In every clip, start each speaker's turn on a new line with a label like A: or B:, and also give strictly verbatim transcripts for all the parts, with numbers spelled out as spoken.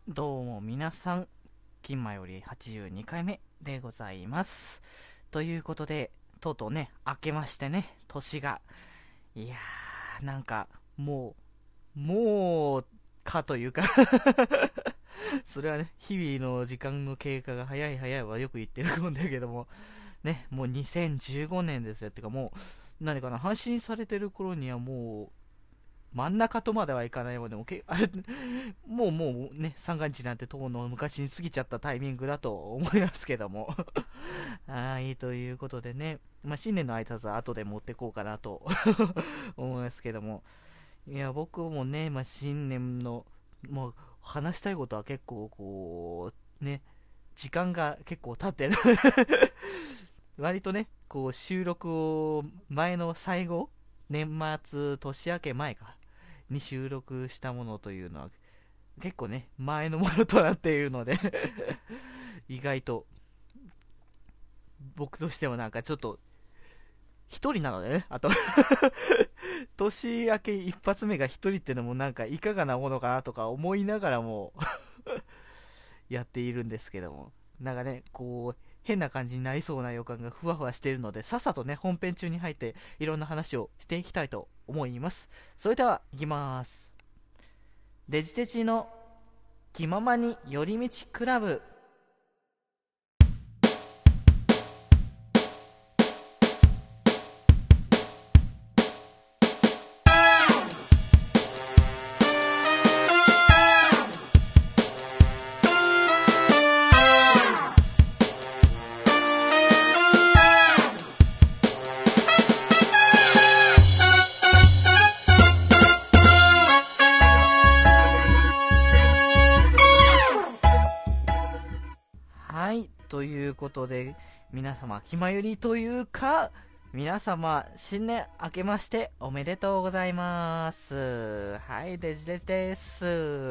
A: どうも皆さん、金馬よりはちじゅうにかいめでございます。ということで、とうとうね、明けましてね、年が。いやー、なんか、もう、もう、かというかそれはね、日々の時間の経過が早い早いはよく言ってるもんだけども、ね、もうにせんじゅうごねんですよ。ってかもう、何かな、配信されてる頃にはもう、真ん中とまではいかないようでもけあれもうもうね三が日なんてとうの昔に過ぎちゃったタイミングだと思いますけどもはいということでね、まあ、新年の挨拶は後で持ってこうかなと思いますけども、いや僕もね、まあ、新年のもう話したいことは結構こうね時間が結構経ってる割とねこう収録を前の最後年末年明け前かに収録したものというのは結構ね前のものとなっているので意外と僕としてもなんかちょっと一人なのでね、あと年明け一発目が一人ってのもなんかいかがなものかなとか思いながらもやっているんですけども、なんかねこう変な感じになりそうな予感がふわふわしているので、さっさとね本編中に入っていろんな話をしていきたいと思います。それではいきます。デジデジの気ままに寄り道クラブ。はいということで、皆様気まゆりというか皆様新年明けましておめでとうございます。はいデジデジです。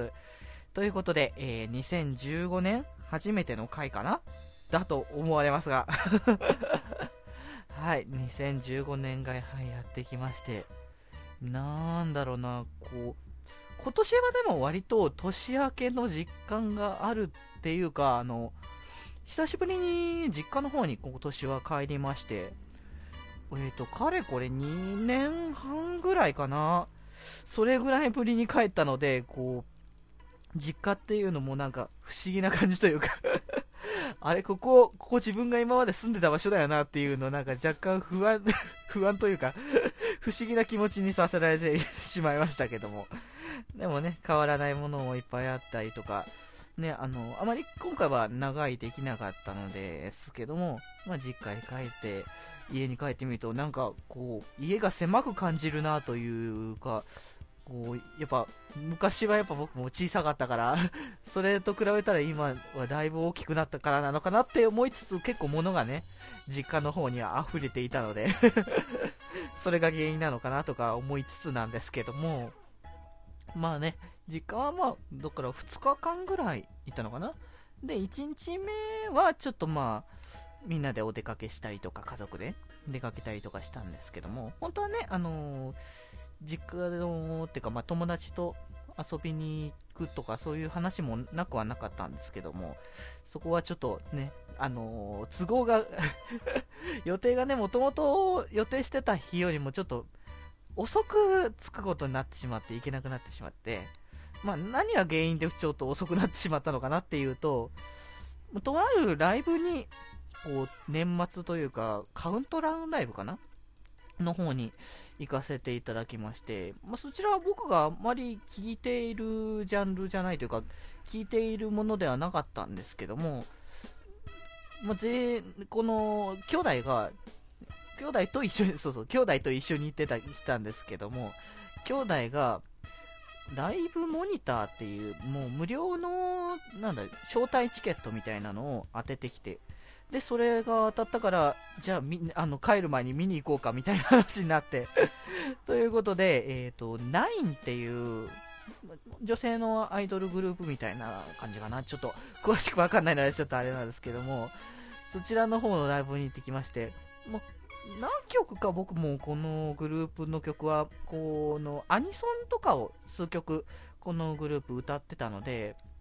A: ということで、えー、にせんじゅうごねん初めての回かなだと思われますがはい、にせんじゅうごねんが、はい、やってきまして、なんだろうな、こう、今年はでも割と年明けの実感があるっていうか、あの、久しぶりに実家の方に今年は帰りまして、えーと、かれこれにねんはんぐらいかな。それぐらいぶりに帰ったので、こう、実家っていうのもなんか不思議な感じというかあれ、ここ、ここ自分が今まで住んでた場所だよなっていうのなんか若干不安不安というか不思議な気持ちにさせられてしまいましたけども、でもね、変わらないものもいっぱいあったりとか、ね、あの、あまり今回は長いできなかったのですけども、まあ、実家に帰って、家に帰ってみると、なんか、こう、家が狭く感じるなというか、こう、やっぱ、昔はやっぱ僕も小さかったからそれと比べたら今はだいぶ大きくなったからなのかなって思いつつ、結構物がね、実家の方には溢れていたのでそれが原因なのかなとか思いつつなんですけども、まあね、実家はまあ、だからふつかかんぐらいいたのかな。で、いちにちめはちょっとまあ、みんなでお出かけしたりとか、家族で出かけたりとかしたんですけども、本当はね、あのー実家の、ってかまあ友達と遊びに行くとかそういう話もなくはなかったんですけども、そこはちょっとね、あのー都合が予定がね、もともと予定してた日よりもちょっと遅く着くことになってしまって行けなくなってしまって、まあ何が原因でちょっと遅くなってしまったのかなっていうと、とあるライブにこう年末というかカウントダウンライブかなの方に行かせていただきまして、まあ、そちらは僕があまり聞いているジャンルじゃないというか聞いているものではなかったんですけども、まあ、ぜこの兄弟が兄弟と一緒にそうそう兄弟と一緒に行ってた来たんですけども、兄弟がライブモニターっていうもう無料のなんだ招待チケットみたいなのを当ててきて、でそれが当たったからじゃあみあの帰る前に見に行こうかみたいな話になってということで、えっ、ー、とナインっていう女性のアイドルグループみたいな感じかな、ちょっと詳しくわかんないのでちょっとあれなんですけども、そちらの方のライブに行ってきまして、もう何曲か僕もこのグループの曲はこのアニソンとかを数曲このグループ歌ってたので、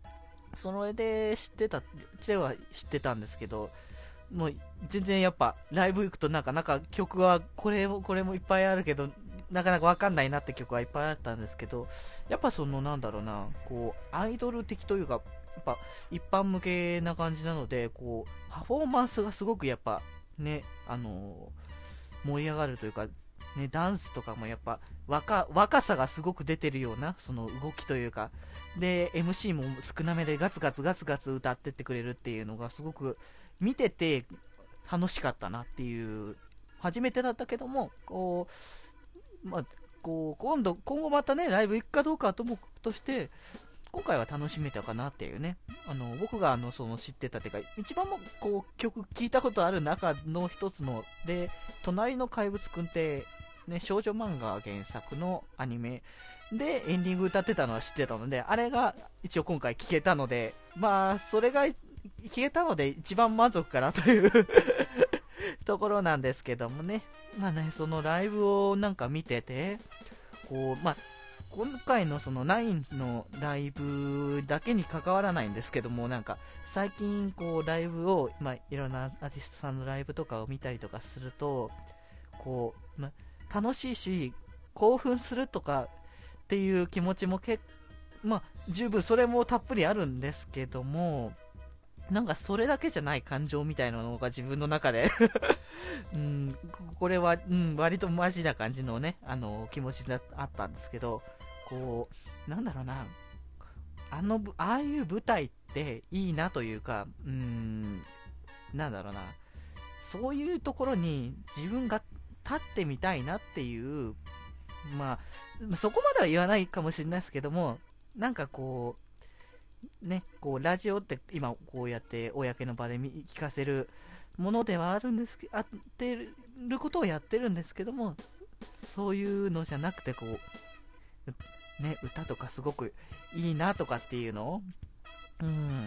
A: それで知ってた、では知ってたんですけど、もう全然やっぱライブ行くとなんかなんか曲はこれもこれもいっぱいあるけど、なかなかわかんないなって曲はいっぱいあったんですけど、やっぱそのなんだろうな、こうアイドル的というか、やっぱ一般向けな感じなので、こうパフォーマンスがすごくやっぱね、あのー盛り上がるというか、ね、ダンスとかもやっぱ若若さがすごく出てるようなその動きというかで、 エムシー も少なめでガツガツガツガツ歌ってってくれるっていうのがすごく見てて楽しかったなっていう、初めてだったけども、こう、まあ、こう今度今後またねライブ行くかどうかはともとして、今回は楽しめたかなっていうね、あの僕があのその知ってたっていうか、一番もこう曲聴いたことある中の一つので、隣の怪物くんってね、少女漫画原作のアニメでエンディング歌ってたのは知ってたので、あれが一応今回聴けたので、まあそれが聴けたので一番満足かなというところなんですけどもね。まあね、そのライブをなんか見てて、こうまあ今回のそのナインのライブだけに関わらないんですけども、なんか最近こうライブを、まあ、いろんなアーティストさんのライブとかを見たりとかすると、こう、まあ、楽しいし興奮するとかっていう気持ちもけまあ十分それもたっぷりあるんですけども、なんかそれだけじゃない感情みたいなのが自分の中でうん、これは、うん、割とマジな感じのね、あの気持ちがあったんですけど、こうなんだろうな、あのああいう舞台っていいなというか、うーん、なんだろうな、そういうところに自分が立ってみたいなっていう、まあそこまでは言わないかもしれないですけども、なんかこうね、こうラジオって今こうやって公の場で聞かせるものではあるんですけど、あってることをやってるんですけども、そういうのじゃなくて、こうね、歌とかすごくいいなとかっていうのを、うん、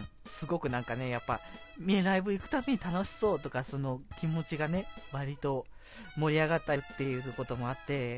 A: すごくなんかね、やっぱライブ行くたびに楽しそうとか、その気持ちがね割と盛り上がったりっていうこともあって、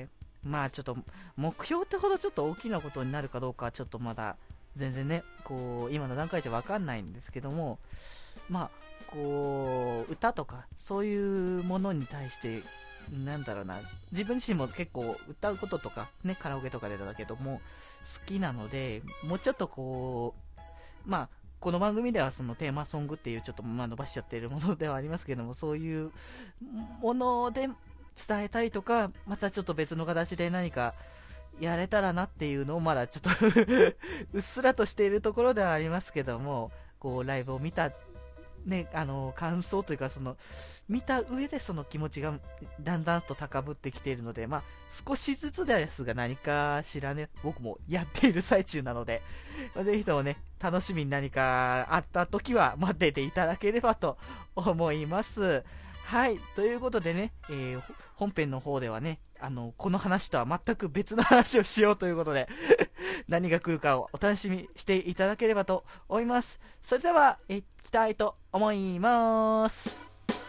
A: まあちょっと目標ってほどちょっと大きなことになるかどうかはちょっとまだ全然ね、こう今の段階じゃ分かんないんですけども、まあこう歌とかそういうものに対して、なんだろうな、自分自身も結構歌うこととかね、カラオケとかでだけども好きなので、もうちょっとこう、まあこの番組ではそのテーマソングっていうちょっとまあ伸ばしちゃってるものではありますけども、そういうもので伝えたりとか、またちょっと別の形で何かやれたらなっていうのをまだちょっとうっすらとしているところではありますけども、こうライブを見たね、あの感想というか、その見た上でその気持ちがだんだんと高ぶってきているので、まあ少しずつですが何かしらね、僕もやっている最中なので、ぜひともね、楽しみに何かあった時は待ってていただければと思います。はい、ということでね、えー、本編の方ではね、あのこの話とは全く別の話をしようということで何が来るかをお楽しみしていただければと思います。それでは行きたいと思います。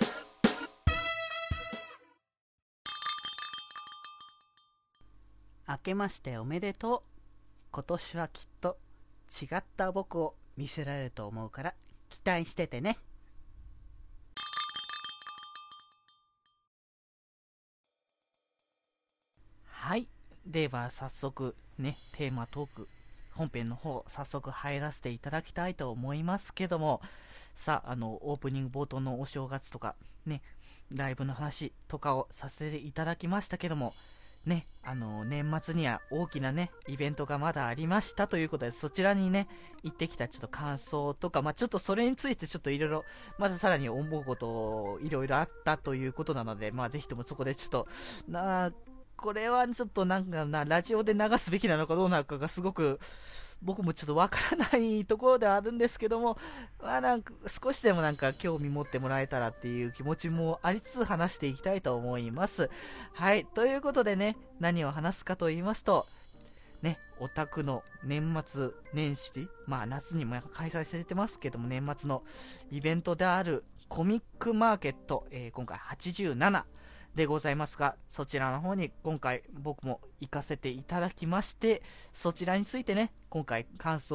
A: 明けましておめでとう。今年はきっと違った僕を見せられると思うから期待しててね。はい、では早速ね、テーマトーク本編の方早速入らせていただきたいと思いますけども、さあ、あのオープニング冒頭のお正月とかね、ライブの話とかをさせていただきましたけどもね、あの年末には大きなねイベントがまだありましたということで、そちらにね行ってきたちょっと感想とか、まあちょっとそれについてちょっといろいろまたさらに思うこといろいろあったということなので、まあぜひともそこでちょっとなこれはちょっとなんかな、ラジオで流すべきなのかどうなのかがすごく僕もちょっとわからないところではあるんですけども、まあなんか少しでもなんか興味持ってもらえたらっていう気持ちもありつつ話していきたいと思います。はい、ということでね、何を話すかと言いますとね、オタクの年末年始、まあ夏にも開催されてますけども、年末のイベントであるコミックマーケット、えー、今回はちじゅうななでございますが、そちらの方に今回僕も行かせていただきまして、そちらについてね、今回感想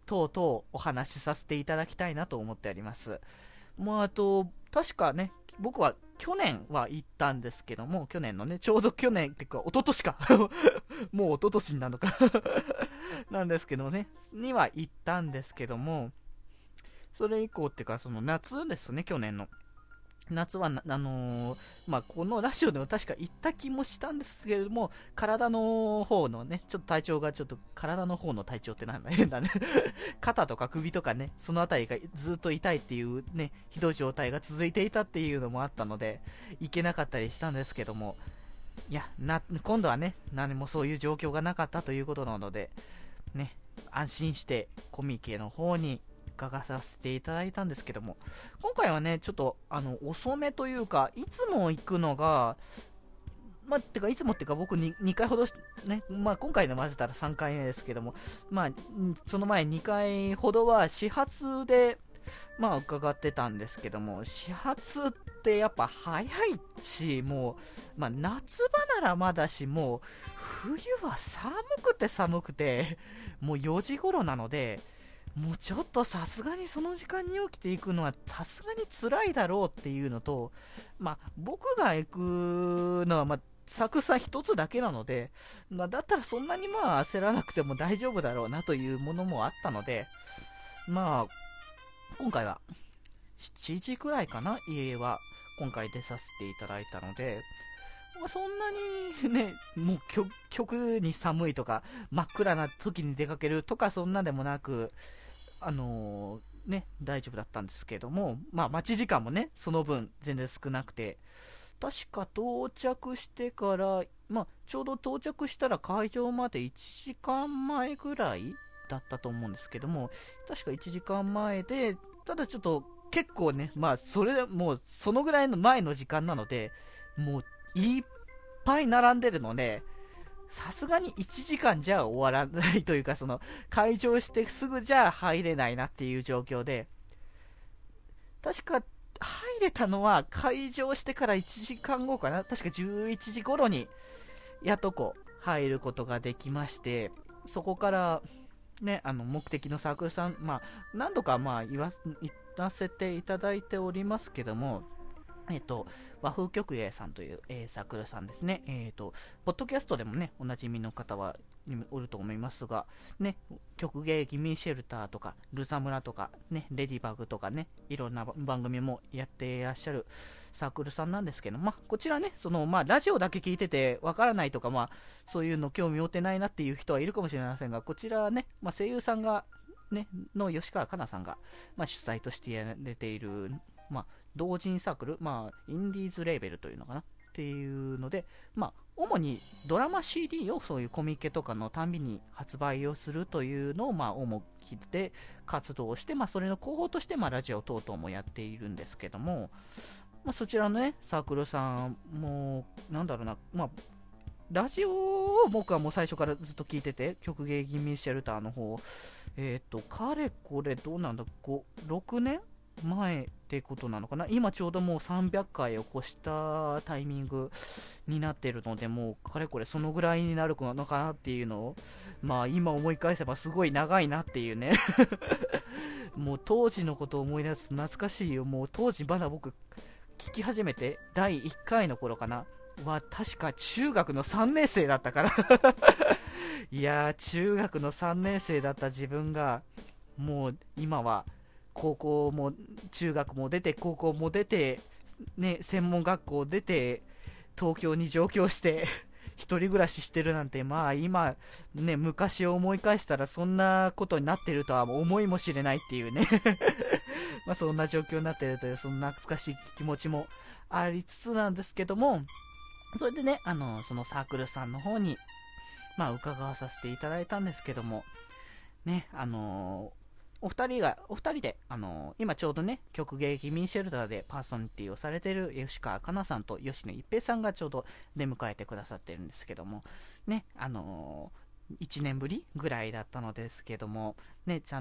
A: とうとうお話しさせていただきたいなと思っております。まあ、あと、確かね、僕は去年は行ったんですけども、去年のね、ちょうど去年っていうか、一昨年か。もう一昨年になるのかなんですけどね、には行ったんですけども、それ以降っていうか、その夏ですね、去年の。夏はな、あのー、まあ、このラジオでも確か言った気もしたんですけれども、体の方のね、ちょっと体調がちょっと、体の方の体調ってなんだ、変だね。肩とか首とかね、そのあたりがずっと痛いっていうね、ひどい状態が続いていたっていうのもあったので、行けなかったりしたんですけども、いや、な、今度はね、何もそういう状況がなかったということなので、ね、安心してコミケの方に伺させていただいたんですけども、今回はね、ちょっとあの遅めというか、いつも行くのが、まあ、てかいつもってか僕 2, にかいほどね、まあ、今回の混ぜたらさんかいめですけども、まあ、その前にかいほどは始発で、まあ、伺ってたんですけども、始発ってやっぱ早いし、もう、まあ、夏場ならまだし、もう、冬は寒くて寒くて、もうよじ頃なので、もうちょっとさすがにその時間に起きていくのはさすがに辛いだろうっていうのと、まあ、僕が行くのは、まあ、サクさん一つだけなので、まあ、だったらそんなにまあ焦らなくても大丈夫だろうなというものもあったので、まあ、今回はしちじくらいかな、家は今回出させていただいたので、まあ、そんなにね、もう極に寒いとか真っ暗な時に出かけるとかそんなでもなく、あのー、ね、大丈夫だったんですけども、まあ待ち時間もね、その分全然少なくて、確か到着してから、まあちょうど到着したら会場までいちじかんまえぐらいだったと思うんですけども、確かいちじかんまえで、ただちょっと結構ね、まあそれでもうそのぐらいの前の時間なので、もういっぱい並んでるので、さすがにいちじかんじゃ終わらないというか、その会場してすぐじゃ入れないなっていう状況で、確か入れたのは会場してからいちじかんごかな、確かじゅういちじ頃にやっとこう入ることができまして、そこからね、あの目的のサークルさん、まあ何度かまあ言わ言わせていただいておりますけども、えっと、和風曲芸さんという、えー、サークルさんですね。えっと、ポッドキャストでもね、おなじみの方はおると思いますが、ね、曲芸ギミーシェルターとか、ルサムラとか、ね、レディバグとかね、いろんな番組もやっていらっしゃるサークルさんなんですけど、まあ、こちらね、その、まあ、ラジオだけ聞いててわからないとか、まあ、そういうの興味持ってないなっていう人はいるかもしれませんが、こちらね、まあ、声優さんが、ね、の吉川かなさんが、まあ、主催としてやられている、まあ、同人サークル、まあ、インディーズレーベルというのかなっていうので、まあ、主にドラマ シーディー をそういうコミケとかのたんびに発売をするというのを、まあ、主で活動をして、まあ、それの広報として、まあ、ラジオ等々もやっているんですけども、まあ、そちらのね、サークルさんも、なんだろうな、まあ、ラジオを僕はもう最初からずっと聞いてて、曲芸ギミーシェルターの方、えっ、ー、と、かれこれどうなんだ、ご、ろくねん前ってことなのかな。今ちょうどもうさんびゃっかいを越したタイミングになってるので、もうかれこれそのぐらいになるのかなっていうのを、まあ今思い返せばすごい長いなっていうねもう当時のことを思い出すと懐かしいよ。もう当時まだ僕聞き始めてだいいっかいの頃かなは確か中学のさんねん生だったからいやー、中学のさんねん生だった自分がもう今は高校も中学も出て高校も出て、ね、専門学校出て東京に上京して一人暮らししてるなんて、まあ今ね、昔を思い返したらそんなことになってるとは思いもしれないっていうねまあそんな状況になってるという、その懐かしい気持ちもありつつなんですけども、それでね、あのそのサークルさんの方にまあ伺わさせていただいたんですけどもね、あのーお二人が、お二人で、あのー、今ちょうどね、曲芸ギミーシェルターでパーソナリティをされている吉川かなさんと吉野一平さんがちょうど出迎えてくださってるんですけども、ね、あのー、いちねんぶりぐらいだったのですけども、ね、ちゃんと、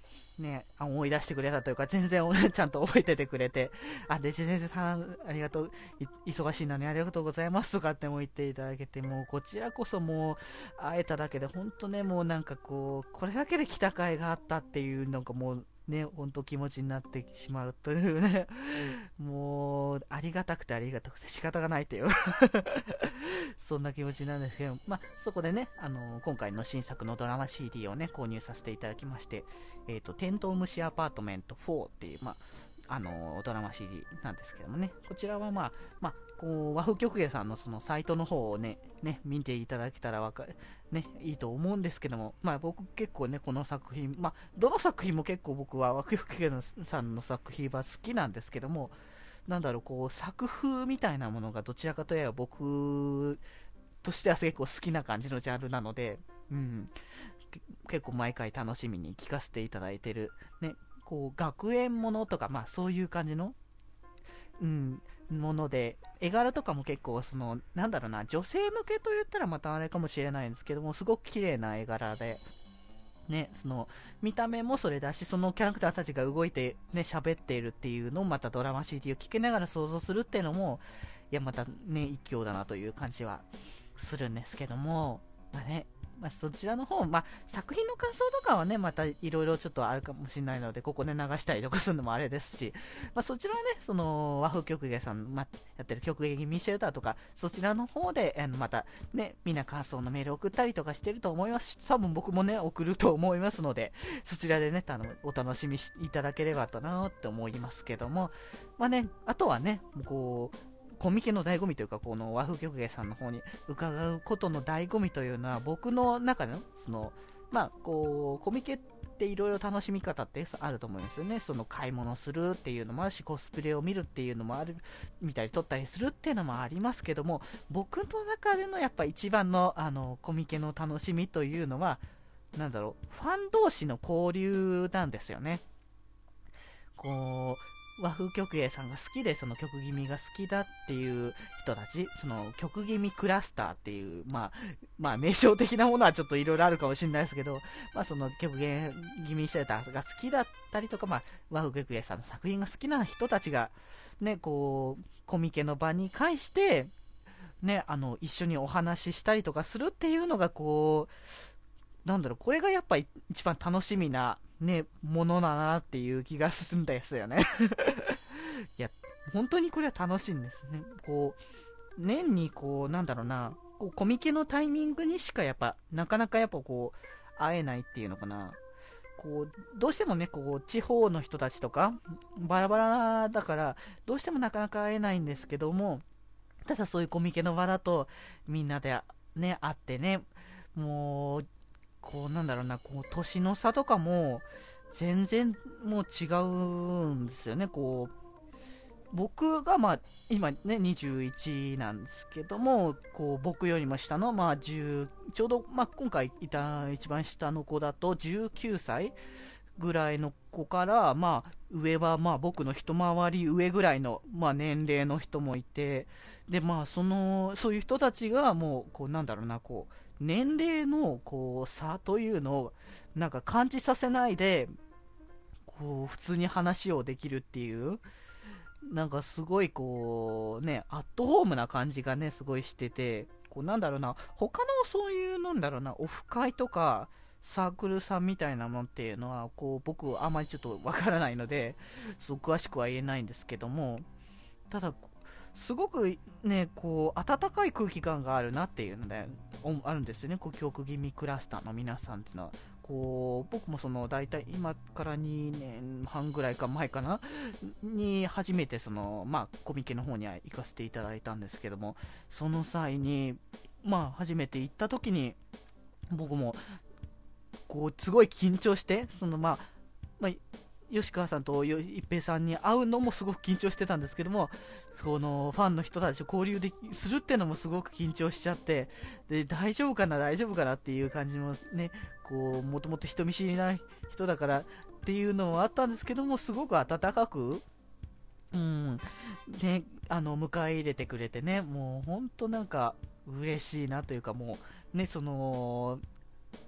A: ね、思い出してくれたというか、全然ちゃんと覚えててくれて、あ、デジ先生さん、ありがとう、忙しいのにありがとうございますとかっても言っていただけて、もうこちらこそもう会えただけで、本当ね、もうなんかこう、これだけで来た甲斐があったっていうのがもう、ね、本当気持ちになってしまうというね、もう、ありがたくてありがたくて仕方がないというそんな気持ちなんですけど、まあ、そこでね、あのー今回の新作のドラマ シーディー をね、購入させていただきまして、えっ、と、テントウムシアパートメントフォーっていう、まあ、あのードラマ シーディー なんですけどもね、こちらはまあ、まあ、こう、和風曲芸さんのそのサイトの方をね、ね、見ていただけたらわかね、いいと思うんですけども、まあ僕結構ね、この作品、まあ、どの作品も結構僕は和風曲芸さんの作品は好きなんですけども、なんだろう、こう、作風みたいなものがどちらかといえば僕としては結構好きな感じのジャンルなので、うん、結構毎回楽しみに聞かせていただいてる、ね、こう、学園ものとか、まあそういう感じの、うん、もので、絵柄とかも結構、その、なんだろうな、女性向けと言ったらまたあれかもしれないんですけども、すごく綺麗な絵柄で、ね、その、見た目もそれだし、そのキャラクターたちが動いて、ね、喋っているっていうのをまたドラマ シーディー を聞きながら想像するっていうのも、いや、またね、一興だなという感じはするんですけども、まあね、まあ、そちらの方、まあ、作品の感想とかはね、またいろいろちょっとあるかもしれないので、ここで流したりとかするのもあれですし、まあ、そちらはね、その和風曲芸さん、ま、やってる曲芸ミシェルターとか、そちらの方で、あのまたね、みんな感想のメール送ったりとかしてると思いますし、多分僕もね、送ると思いますので、そちらでね、あのお楽しみいただければとなって思いますけども、まあね、あとはね、こう、コミケの醍醐味というか、この和風曲芸さんの方に伺うことの醍醐味というのは、僕の中での、その、まあ、こう、コミケっていろいろ楽しみ方ってあると思うんですよね。その買い物するっていうのもあるし、コスプレを見るっていうのもある、見たり撮ったりするっていうのもありますけども、僕の中でのやっぱ一番の、あの、コミケの楽しみというのは、なんだろう、ファン同士の交流なんですよね。こう、和風曲芸さんが好きで、その曲気味が好きだっていう人たち、その曲気味クラスターっていう、まあ、まあ、名称的なものはちょっといろいろあるかもしれないですけど、まあ、その曲芸気味シェルターが好きだったりとか、まあ、和風曲芸さんの作品が好きな人たちが、ね、こう、コミケの場に介して、ね、あの、一緒にお話ししたりとかするっていうのが、こう、なんだろう、これがやっぱ一番楽しみな、ね、ものだなっていう気がするんですよね。いや、本当にこれは楽しいんですね。こう、年にこう、なんだろうな、こうコミケのタイミングにしかやっぱ、なかなかやっぱこう、会えないっていうのかな。こう、どうしてもね、こう、地方の人たちとか、バラバラだから、どうしてもなかなか会えないんですけども、ただそういうコミケの場だと、みんなでね、会ってね、もう、こうなんだろうな、こう年の差とかも全然もう違うんですよね。こう僕がまあ今ねにじゅういちなんですけども、こう僕よりも下のまあじゅう、ちょうどまあ今回いた一番下の子だとじゅうきゅうさいぐらいの子から、まあ上はまあ僕の一回り上ぐらいのまあ年齢の人もいて、でまあそのそういう人たちがもうこうなんだろうな、こう年齢のこう差というのをなんか感じさせないで、こう普通に話をできるっていう、なんかすごいこうね、アットホームな感じがね、すごいしてて、こうなんだろうな、他のそういうなんだろうな、オフ会とか、サークルさんみたいなもんっていうのは、こう僕あまりちょっとわからないので、そう詳しくは言えないんですけども、ただ、すごくね、こう、温かい空気感があるなっていうので、あるんですよね、こう、教気味クラスターの皆さんっていうのは。こう、僕もその、大体今からにねんはんぐらいか前かなに、初めてその、まあ、コミケの方には行かせていただいたんですけども、その際に、まあ、初めて行った時に、僕も、こう、すごい緊張して、その、まあ、まあ、吉川さんと一平さんに会うのもすごく緊張してたんですけども、そのファンの人たちと交流できするっていうのもすごく緊張しちゃって、で大丈夫かな大丈夫かなっていう感じもね、こうもともと人見知りな人だからっていうのもあったんですけども、すごく温かく、うんね、あの迎え入れてくれてね、もう本当なんか嬉しいなというか、もうね、その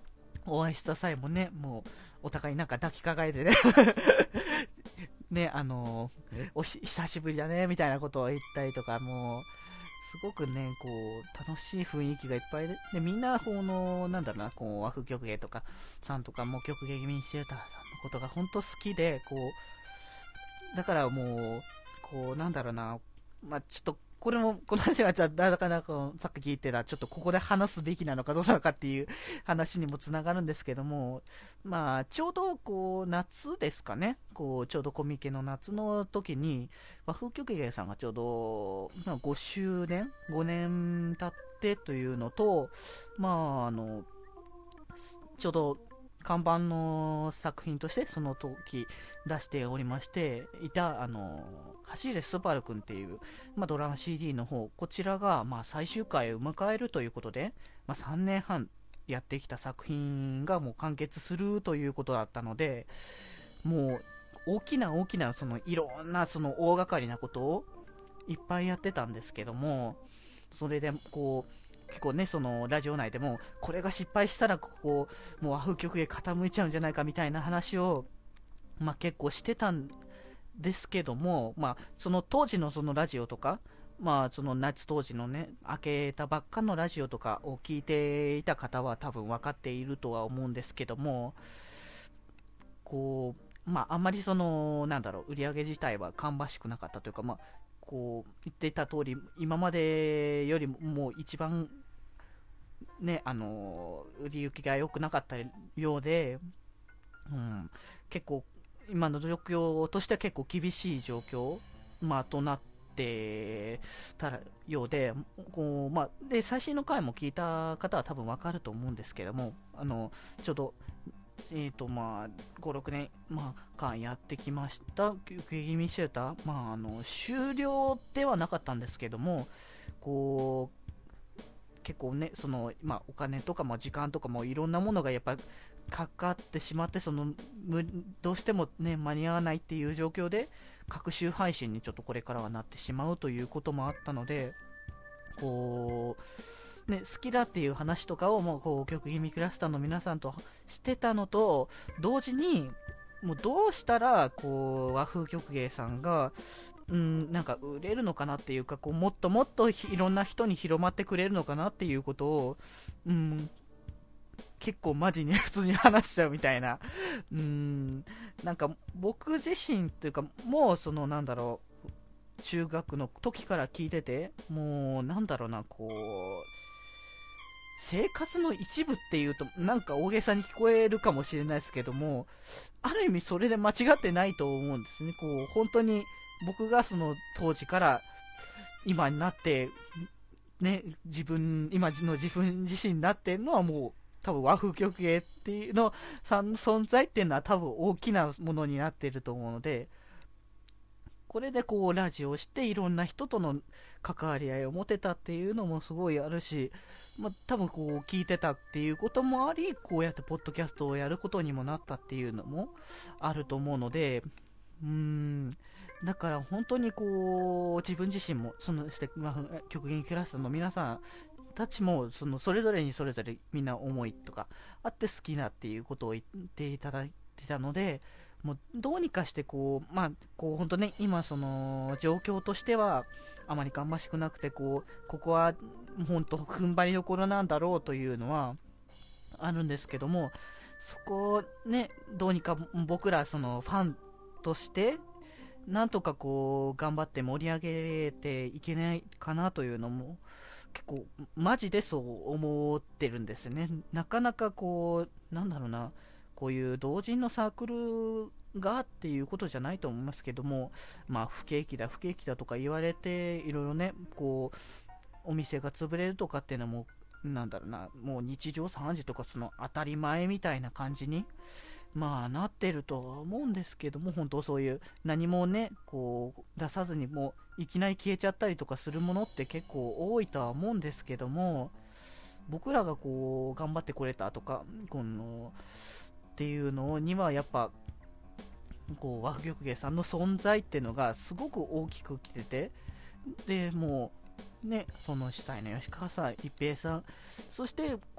A: お会いした際もね、もうお互いなんか抱きかかえてねね、あのー、おし久しぶりだねみたいなことを言ったりとか、もうすごくね、こう楽しい雰囲気がいっぱいで、でみんなこのなんだろうな、こう和風曲芸とかさんとかも曲芸ミニシアターさんのことが本当好きで、こうだからもうこうなんだろうな、まあちょっとこれも、この話がじゃあ、だからかさっき聞いてた、ちょっとここで話すべきなのかどうなのかっていう話にもつながるんですけども、まあ、ちょうど、こう、夏ですかね。こう、ちょうどコミケの夏の時に、和風曲芸さんがちょうど、まあ、ごしゅうねん ?ご 年経ってというのと、まあ、あの、ちょうど、看板の作品としてその時出しておりましていた、あの、走れスバルくんっていう、まあ、ドラマ シーディー の方、こちらが、まあ、最終回を迎えるということで、まあ、さんねんはんやってきた作品がもう完結するということだったので、もう大きな大きなそのいろんなその大掛かりなことをいっぱいやってたんですけども、それでこう結構ね、そのラジオ内でもこれが失敗したらここもう和風曲芸傾いちゃうんじゃないかみたいな話を、まあ、結構してたんですけども、まあ、その当時のそのラジオとか、まあ、その夏当時のね、開けたばっかのラジオとかを聞いていた方は多分分かっているとは思うんですけども、こう、まあ、あんまりその、なんだろう、売り上げ自体は芳しくなかったというか、まあ、こう、言っていた通り、今までよりももう一番、ね、あの、売り行きが良くなかったようで、うん、結構、今の状況としては結構厳しい状況、まあ、となってたようで、こう、まあ、で、最新の回も聞いた方は多分わかると思うんですけども、あの、ちょうど、えーとまあ、ご、ろくねん、まあ、間やってきました、雪気味シェルター、まあ、あの終了ではなかったんですけども、こう結構ね、そのまあ、お金とか、まあ、時間とかもいろんなものがやっぱかかってしまって、そのむどうしても、ね、間に合わないっていう状況で、各週配信にちょっとこれからはなってしまうということもあったので、こう、ね、好きだっていう話とかをもうこう曲気味クラスターの皆さんとしてたのと同時に、もうどうしたらこう和風曲芸さんがうんなんか売れるのかなっていうか、こうもっともっといろんな人に広まってくれるのかなっていうことを、うん結構マジに普通に話しちゃうみたいな、うーんなんか僕自身というか、もうそのなんだろう、中学の時から聞いてて、もうなんだろうな、こう生活の一部っていうとなんか大げさに聞こえるかもしれないですけども、ある意味それで間違ってないと思うんですね。こう本当に僕がその当時から今になってね、自分今の自分自身になってるのは、もう多分和風曲芸っていうの存在っていうのは多分大きなものになっていると思うので、これでこうラジオをしていろんな人との関わり合いを持てたっていうのもすごいあるし、まあ、多分こう聞いてたっていうこともあり、こうやってポッドキャストをやることにもなったっていうのもあると思うので、うーんだから本当にこう自分自身もそのして、まあ、極限クラスの皆さんたちもそのそれぞれにそれぞれみんな思いとかあって好きなっていうことを言っていただいてたので、もうどうにかしてこうまあこう本当ね、今その状況としてはあまり芳しくなくて、こうここは本当踏ん張りどころなんだろうというのはあるんですけども、そこをねどうにか僕らそのファンとしてなんとかこう頑張って盛り上げていけないかなというのも結構マジでそう思ってるんですね。なかなかこうなんだろうな、こういう同人のサークルがっていうことじゃないと思いますけども、まあ不景気だ不景気だとか言われて、いろいろねこうお店が潰れるとかっていうのもなんだろうな、もう日常茶飯事とかその当たり前みたいな感じにまあなってるとは思うんですけども、本当そういう何もねこう出さずにもういきなり消えちゃったりとかするものって結構多いとは思うんですけども、僕らがこう頑張ってこれたとかこのっていうのにはやっぱこう和風玉芸さんの存在っていうのがすごく大きく来てて、でもうねその主催の吉川さん一平さん、そして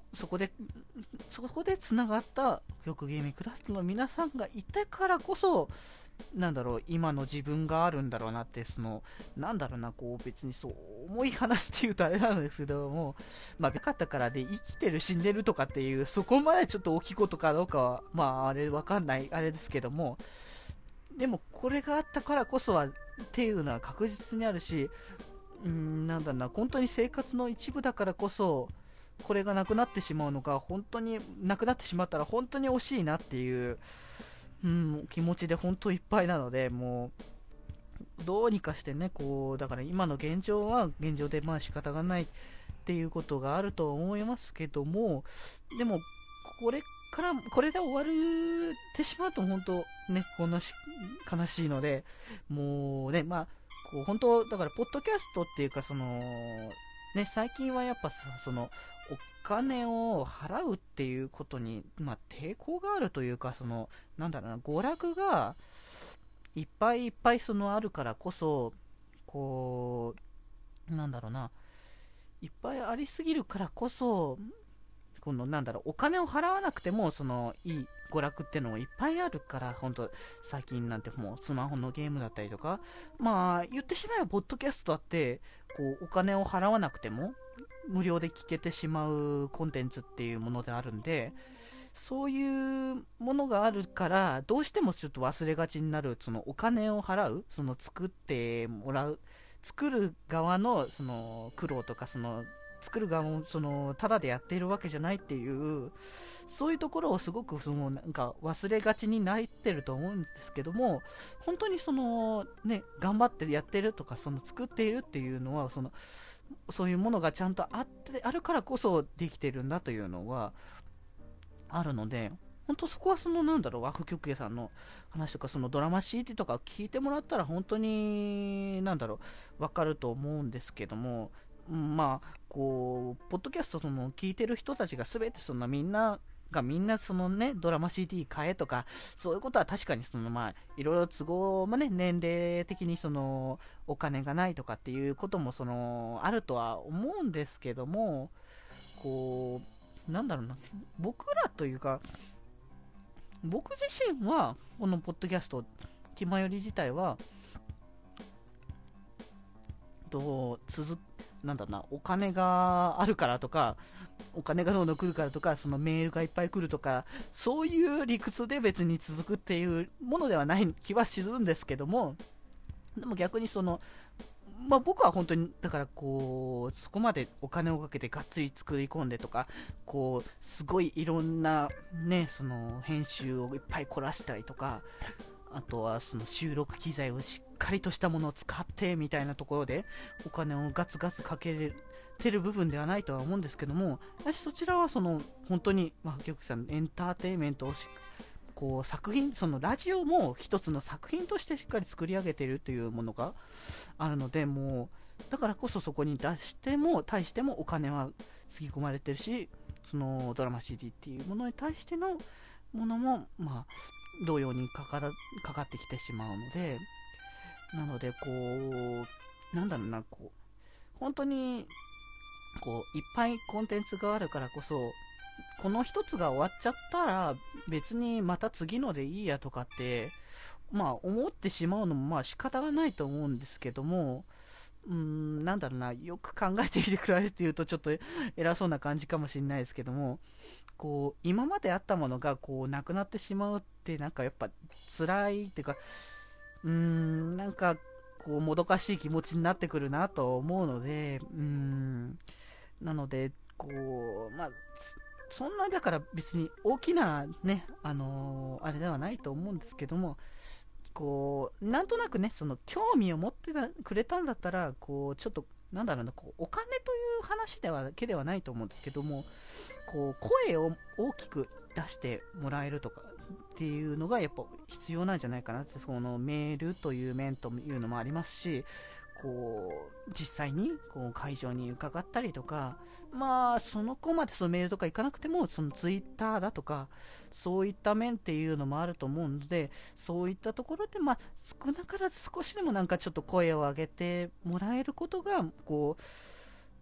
A: そこでそこでつながった極ゲームクラスの皆さんがいたからこそ、なんだろう、今の自分があるんだろうなって、そのなんだろうな、こう別にそう重い話っていうとあれなんですけども、まあ、なかったからで生きてる死んでるとかっていう、そこまでちょっと大きいことかどうかはまああれわかんないあれですけども、でもこれがあったからこそはっていうのは確実にあるし、うーん、なんだろうな、本当に生活の一部だからこそこれがなくなってしまうのが、本当になくなってしまったら本当に惜しいなっていう、うん、気持ちで本当いっぱいなので、もうどうにかしてね、こうだから今の現状は現状でまあ仕方がないっていうことがあると思いますけども、でもこれからこれで終わるってしまうと本当ね、こんなし悲しいので、もうね、まあこう本当だから、ポッドキャストっていうか、そのね、最近はやっぱさ、そのお金を払うっていうことに、まあ、抵抗があるというか、そのなんだろうな、娯楽がいっぱいいっぱいそのあるからこそ、こうなんだろうな、いっぱいありすぎるからこそ、このなんだろう、お金を払わなくてもそのいい娯楽っていうのもいっぱいあるから、本当最近なんてもうスマホのゲームだったりとか、まあ言ってしまえばポッドキャストだってこうお金を払わなくても無料で聞けてしまうコンテンツっていうものであるんで、そういうものがあるからどうしてもちょっと忘れがちになる、そのお金を払う、その作ってもらう、作る側のその苦労とか、その作る側もそのただでやっているわけじゃないっていう、そういうところをすごくそのなんか忘れがちになってると思うんですけども、本当にそのね、頑張ってやってるとか、その作っているっていうのは、そのそういうものがちゃんとあってあるからこそできてるんだというのはあるので、本当そこはそのなんだろう、和風曲芸さんの話とか、そのドラマ シーディー とか聞いてもらったら本当になんだろう、わかると思うんですけども、うん、まあこうポッドキャストその聞いてる人たちが全てそのみんながみんなそのね、ドラマ シーディー 買えとかそういうことは確かにそのまあいろいろ都合、まあね、年齢的にそのお金がないとかっていうこともそのあるとは思うんですけども、こうなんだろうな、僕らというか僕自身はこのポッドキャスト気まより自体はと続なんだろうな、お金があるからとか、お金がどんどん来るからとか、そのメールがいっぱい来るとか、そういう理屈で別に続くっていうものではない気はするんですけども、でも逆にその、まあ、僕は本当にだからこうそこまでお金をかけてがっつり作り込んでとか、こうすごいいろんなね、その編集をいっぱい凝らしたりとか、あとはその収録機材をしっかりとしたものを使ってみたいなところでお金をガツガツかけてる部分ではないとは思うんですけども、私そちらはその本当に、まあ、局さんエンターテインメントをしこう作品、そのラジオも一つの作品としてしっかり作り上げているというものがあるので、もうだからこそそこに出しても対してもお金はつぎ込まれてるし、そのドラマ シーディー っていうものに対してのものもまあ同様にかかかかってきてしまうので、なのでこうなんだろうな、こう本当にこういっぱいコンテンツがあるからこそ、この一つが終わっちゃったら別にまた次のでいいやとかってまあ思ってしまうのもまあ仕方がないと思うんですけども、うーん、なんだろうな、よく考えてみてくださいって言うとちょっと偉そうな感じかもしれないですけども、こう今まであったものがこうなくなってしまうって、なんかやっぱ辛いっていうか、うーん、なんかこうもどかしい気持ちになってくるなと思うので、うーん、なのでこうまあそんなだから別に大きなね、あのーあれではないと思うんですけども、こうなんとなくね、その興味を持ってくれたんだったら、こうちょっとなんだろうな、こうお金という話ではだけではないと思うんですけども、こう声を大きく出してもらえるとかっていうのがやっぱ必要なんじゃないかなって、そのメールという面というのもありますし、こう実際にこう会場に伺ったりとか、まあその子までそのメールとか行かなくてもそのツイッターだとかそういった面っていうのもあると思うので、そういったところでまあ少なからず少しでもなんかちょっと声を上げてもらえることがこう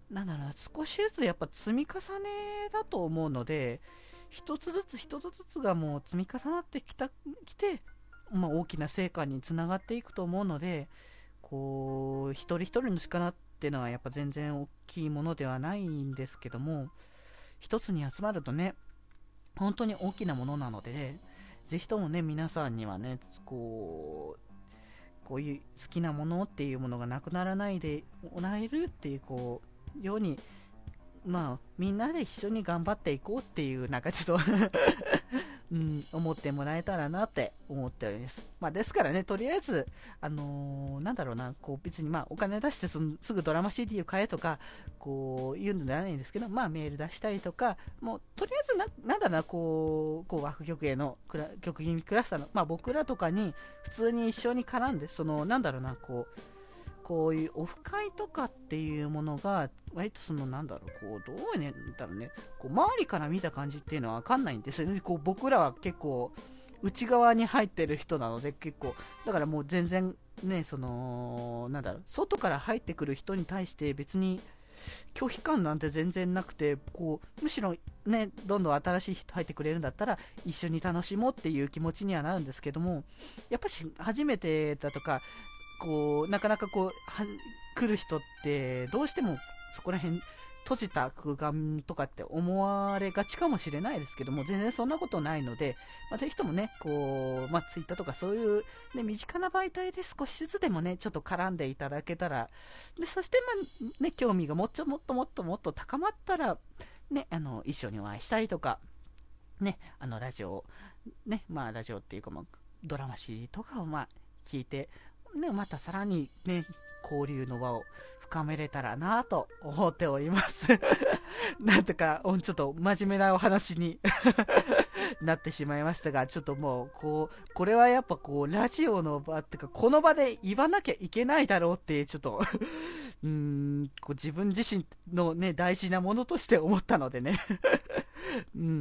A: なんだろうな、少しずつやっぱ積み重ねだと思うので、一つずつ一つずつがもう積み重なってきたきて、まあ、大きな成果につながっていくと思うので、こう一人一人の力っていうのはやっぱ全然大きいものではないんですけども、一つに集まるとね、本当に大きなものなので、ね、ぜひともね、皆さんにはね、こうこういう好きなものっていうものがなくならないでもらえるっていうこうように、まあみんなで一緒に頑張っていこうっていう、なんかちょっとうん、思ってもらえたらなって思っております。まあ、ですからね、とりあえず、あのー、なんだろうな、こう別にまあお金出してそのすぐドラマ シーディー を買えとか、こう言うのではないんですけど、まあメール出したりとか、もうとりあえずな、なんだろうな、こう、こう枠局へのクラ局気味クラスターの、まあ僕らとかに普通に一緒に絡んで、その、なんだろうな、こう、こういうオフ会とかっていうものが割とそのなんだろう、こうどうねんだろうね、こう周りから見た感じっていうのは分かんないんですよね。こう僕らは結構内側に入ってる人なので、結構だからもう全然ね、そのなんだろう、外から入ってくる人に対して別に拒否感なんて全然なくて、こうむしろね、どんどん新しい人入ってくれるんだったら一緒に楽しもうっていう気持ちにはなるんですけども、やっぱし初めてだとか、こうなかなかこうは来る人ってどうしてもそこら辺閉じた空間とかって思われがちかもしれないですけども、全然そんなことないので、まあ、ぜひともね、こう、まあ、ツイッターとかそういう、ね、身近な媒体で少しずつでもね、ちょっと絡んでいただけたら、でそして、まあね、興味がもっともっともっともっと高まったら、ね、あの一緒にお会いしたりとか、ね、あのラジオ、ね、まあラジオっていうか、まあ、ドラマ シーディー とかをまあ聞いて、ね、またさらにね、交流の輪を深めれたらなと思っておりますなんとかちょっと真面目なお話になってしまいましたが、ちょっともうこうこれはやっぱこうラジオの場ってか、この場で言わなきゃいけないだろうってちょっとうーん、こう自分自身のね大事なものとして思ったのでねうんうん、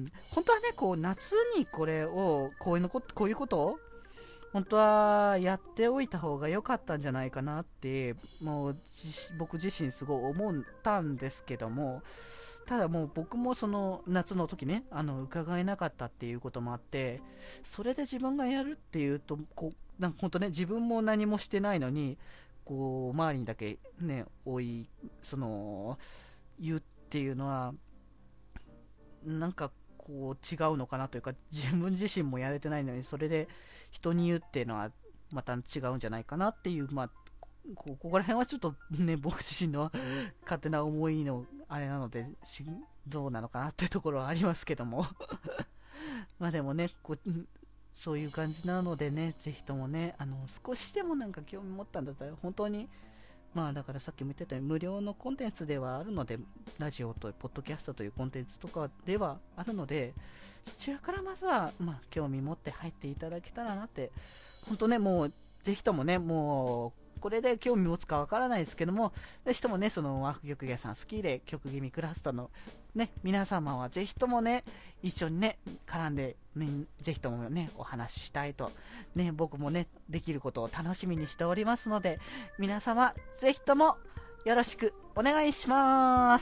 A: 本当はね、こう夏にこれをこういうのここういうことを本当はやっておいた方が良かったんじゃないかなって、もう僕自身すごい思ったんですけども、ただもう僕もその夏の時ね、あの伺えなかったっていうこともあって、それで自分がやるっていうと、こうなんか本当ね、自分も何もしてないのに、こう周りにだけね、追いその言うっていうのは、なんかこう違うのかなというか、自分自身もやれてないのにそれで人に言うっていうのはまた違うんじゃないかなっていう、まあここら辺はちょっとね、僕自身の勝手な思いのあれなのでどうなのかなっていうところはありますけどもまあでもね、こうそういう感じなのでね、ぜひともね、あの少しでもなんか興味持ったんだったら本当に、まあだからさっきも言ってたように無料のコンテンツではあるので、ラジオとポッドキャストというコンテンツとかではあるので、そちらからまずはまあ興味持って入っていただけたらなって、本当ね、もうぜひともね、もうこれで興味持つかわからないですけども、ぜひともね、その和風曲屋さん好きで曲気味クラスターのね、皆様はぜひともね、一緒にね、絡んで、ね、ぜひともね、お話ししたいと、ね、僕もね、できることを楽しみにしておりますので、皆様、ぜひともよろしくお願いします。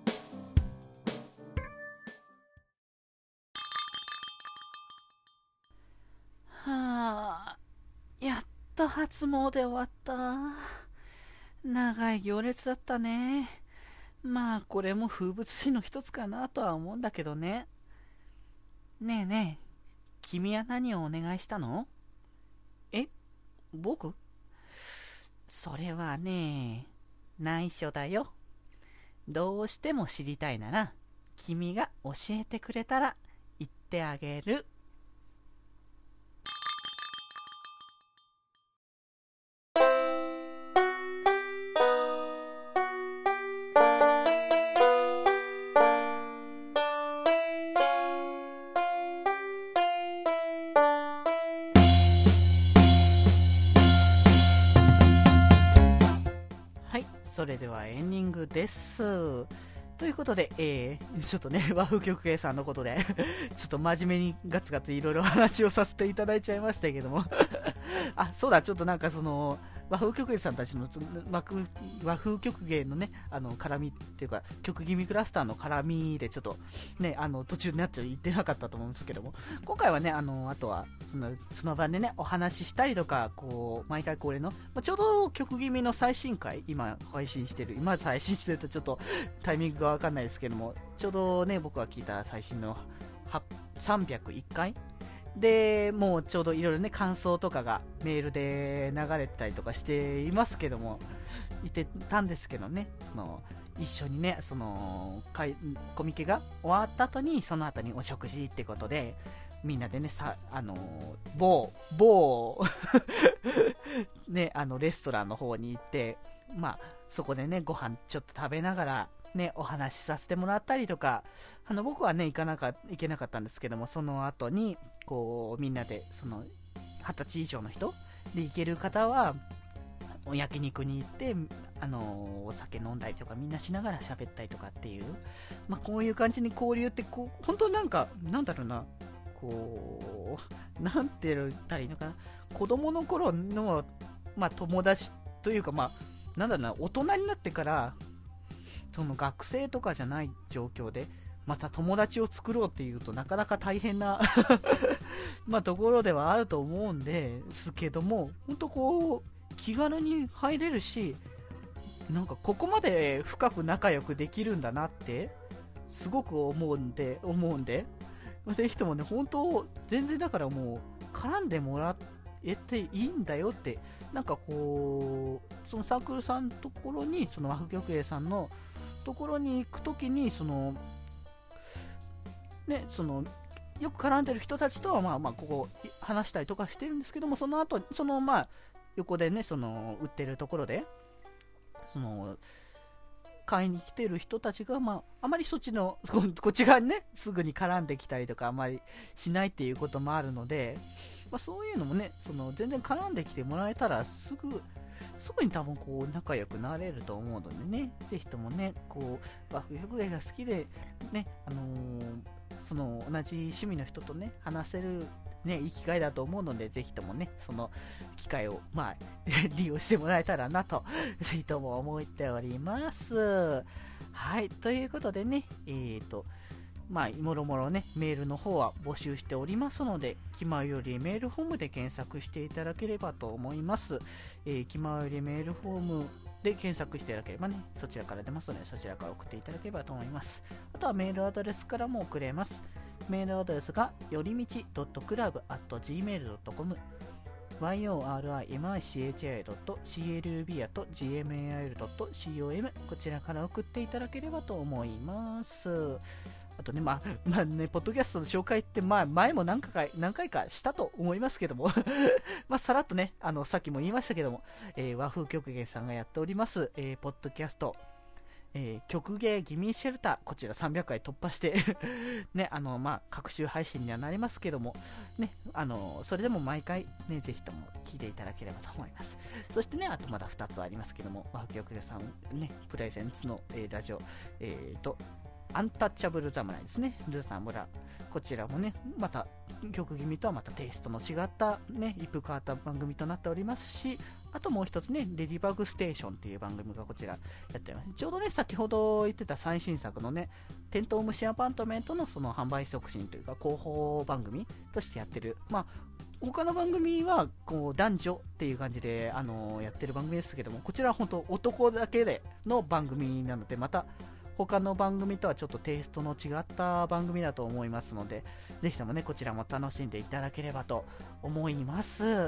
A: はあ、やっと初詣終わった。長い行列だったね。まあこれも風物詩の一つかなとは思うんだけどね。ねえねえ、君は何をお願いしたの？え、僕？それはね、内緒だよ。どうしても知りたいなら、君が教えてくれたら言ってあげる。はい、それではエンディングです。ということで、えー、ちょっとね、和風曲芸さんのことでちょっと真面目にガツガツいろいろ話をさせていただいちゃいましたけどもあ、そうだ、ちょっとなんかその、 和風曲芸さんたちの和風和風曲芸のね、あの絡みっていうか曲気味クラスターの絡みでちょっとね、あの途中になっちゃいってなかったと思うんですけども、今回はね、あのあとはそのその場でねお話ししたりとか、こう毎回恒例の、まあ、ちょうど曲気味の最新回今配信してる今配信してるとちょっとタイミングがわかんないですけども、ちょうどね僕が聞いた最新のさんびゃくいっかいで、もうちょうどいろいろね感想とかがメールで流れたりとかしていますけども、いてたんですけどね、その一緒にね、そのコミケが終わった後にその後にお食事ってことで、みんなでね、さあの某某ね、あのレストランの方に行って、まあそこでねご飯ちょっと食べながらね、お話しさせてもらったりとか、あの僕はね行かなか行けなかったんですけども、その後にこうみんなでそのはたち以上の人で行ける方はお焼肉に行って、あのお酒飲んだりとかみんなしながら喋ったりとかっていう、まあ、こういう感じに交流ってこう本当なんかなんだろうな、こうなんて言ったらいいのかな、子供の頃の、まあ、友達というか、まあなんだろうな、大人になってからその学生とかじゃない状況でまた友達を作ろうっていうとなかなか大変なまあところではあると思うんですけども、本当こう気軽に入れるし、なんかここまで深く仲良くできるんだなってすごく思うんで思うんでぜひともね、本当全然だからもう絡んでもらえていいんだよって、なんかこうそのサークルさんのところに、その和風曲芸さんのところに行くときに、そのね、そのよく絡んでる人たちとはまあまあここ話したりとかしてるんですけども、その後そのまあ横でね、その売ってるところでその買いに来てる人たちが、まああまりそっちのこっち側にねすぐに絡んできたりとかあまりしないっていうこともあるので、まあ、そういうのもね、その全然絡んできてもらえたらすぐすぐに多分こう仲良くなれると思うのでね、ぜひともね、こう和風曲芸が好きでね、あのー、その同じ趣味の人とね話せるね、いい機会だと思うので、ぜひともねその機会をまあ利用してもらえたらなとぜひとも思っております。はい、ということでね、えーとまあもろもろねメールの方は募集しておりますので、気まよりメールフォームで検索していただければと思います。えー、気まよりメールフォームで検索していただければね、そちらから出ますので、そちらから送っていただければと思います。あとはメールアドレスからも送れます。メールアドレスがよりみち .club アット ジーメール ドットコム ヨリミチ ドット クラブ アット ジーメール ドットコム こちらから送っていただければと思います。あとね、まあ、まあね、ポッドキャストの紹介って、まあ、前も何回か、何回かしたと思いますけども、まあ、さらっとね、あの、さっきも言いましたけども、えー、和風曲芸さんがやっております、えー、ポッドキャスト、えー、曲芸ギミーシェルター、こちらさんびゃっかい突破してね、あの、まあ、各週配信にはなりますけども、ね、あの、それでも毎回、ね、ぜひとも聞いていただければと思います。そしてね、あとまだふたつありますけども、和風曲芸さん、ね、プレゼンツの、えー、ラジオ、えーと、アンタッチャブル侍ですね、ルーさん村、こちらもね、また曲気味とはまたテイストの違ったね、一風変わった番組となっておりますし、あともう一つね、レディバグステーションっていう番組がこちらやっております。ちょうどね、先ほど言ってた最新作のね、テントウムシアパートメントのその販売促進というか広報番組としてやってる、まあ他の番組はこう男女っていう感じで、あのー、やってる番組ですけども、こちらは本当男だけでの番組なので、また他の番組とはちょっとテイストの違った番組だと思いますので、ぜひともねこちらも楽しんでいただければと思います。はい、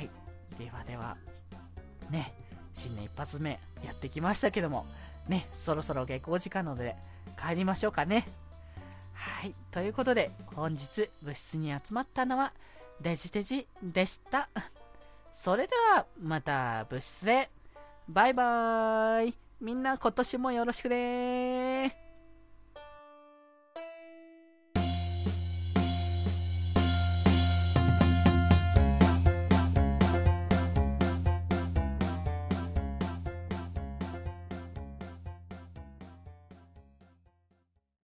A: ではではね、新年一発目やってきましたけどもね、そろそろ下校時間なので帰りましょうかね。はい、ということで本日部室に集まったのはデジデジでした。それではまた部室でバイバーイ。みんな今年もよろしくね。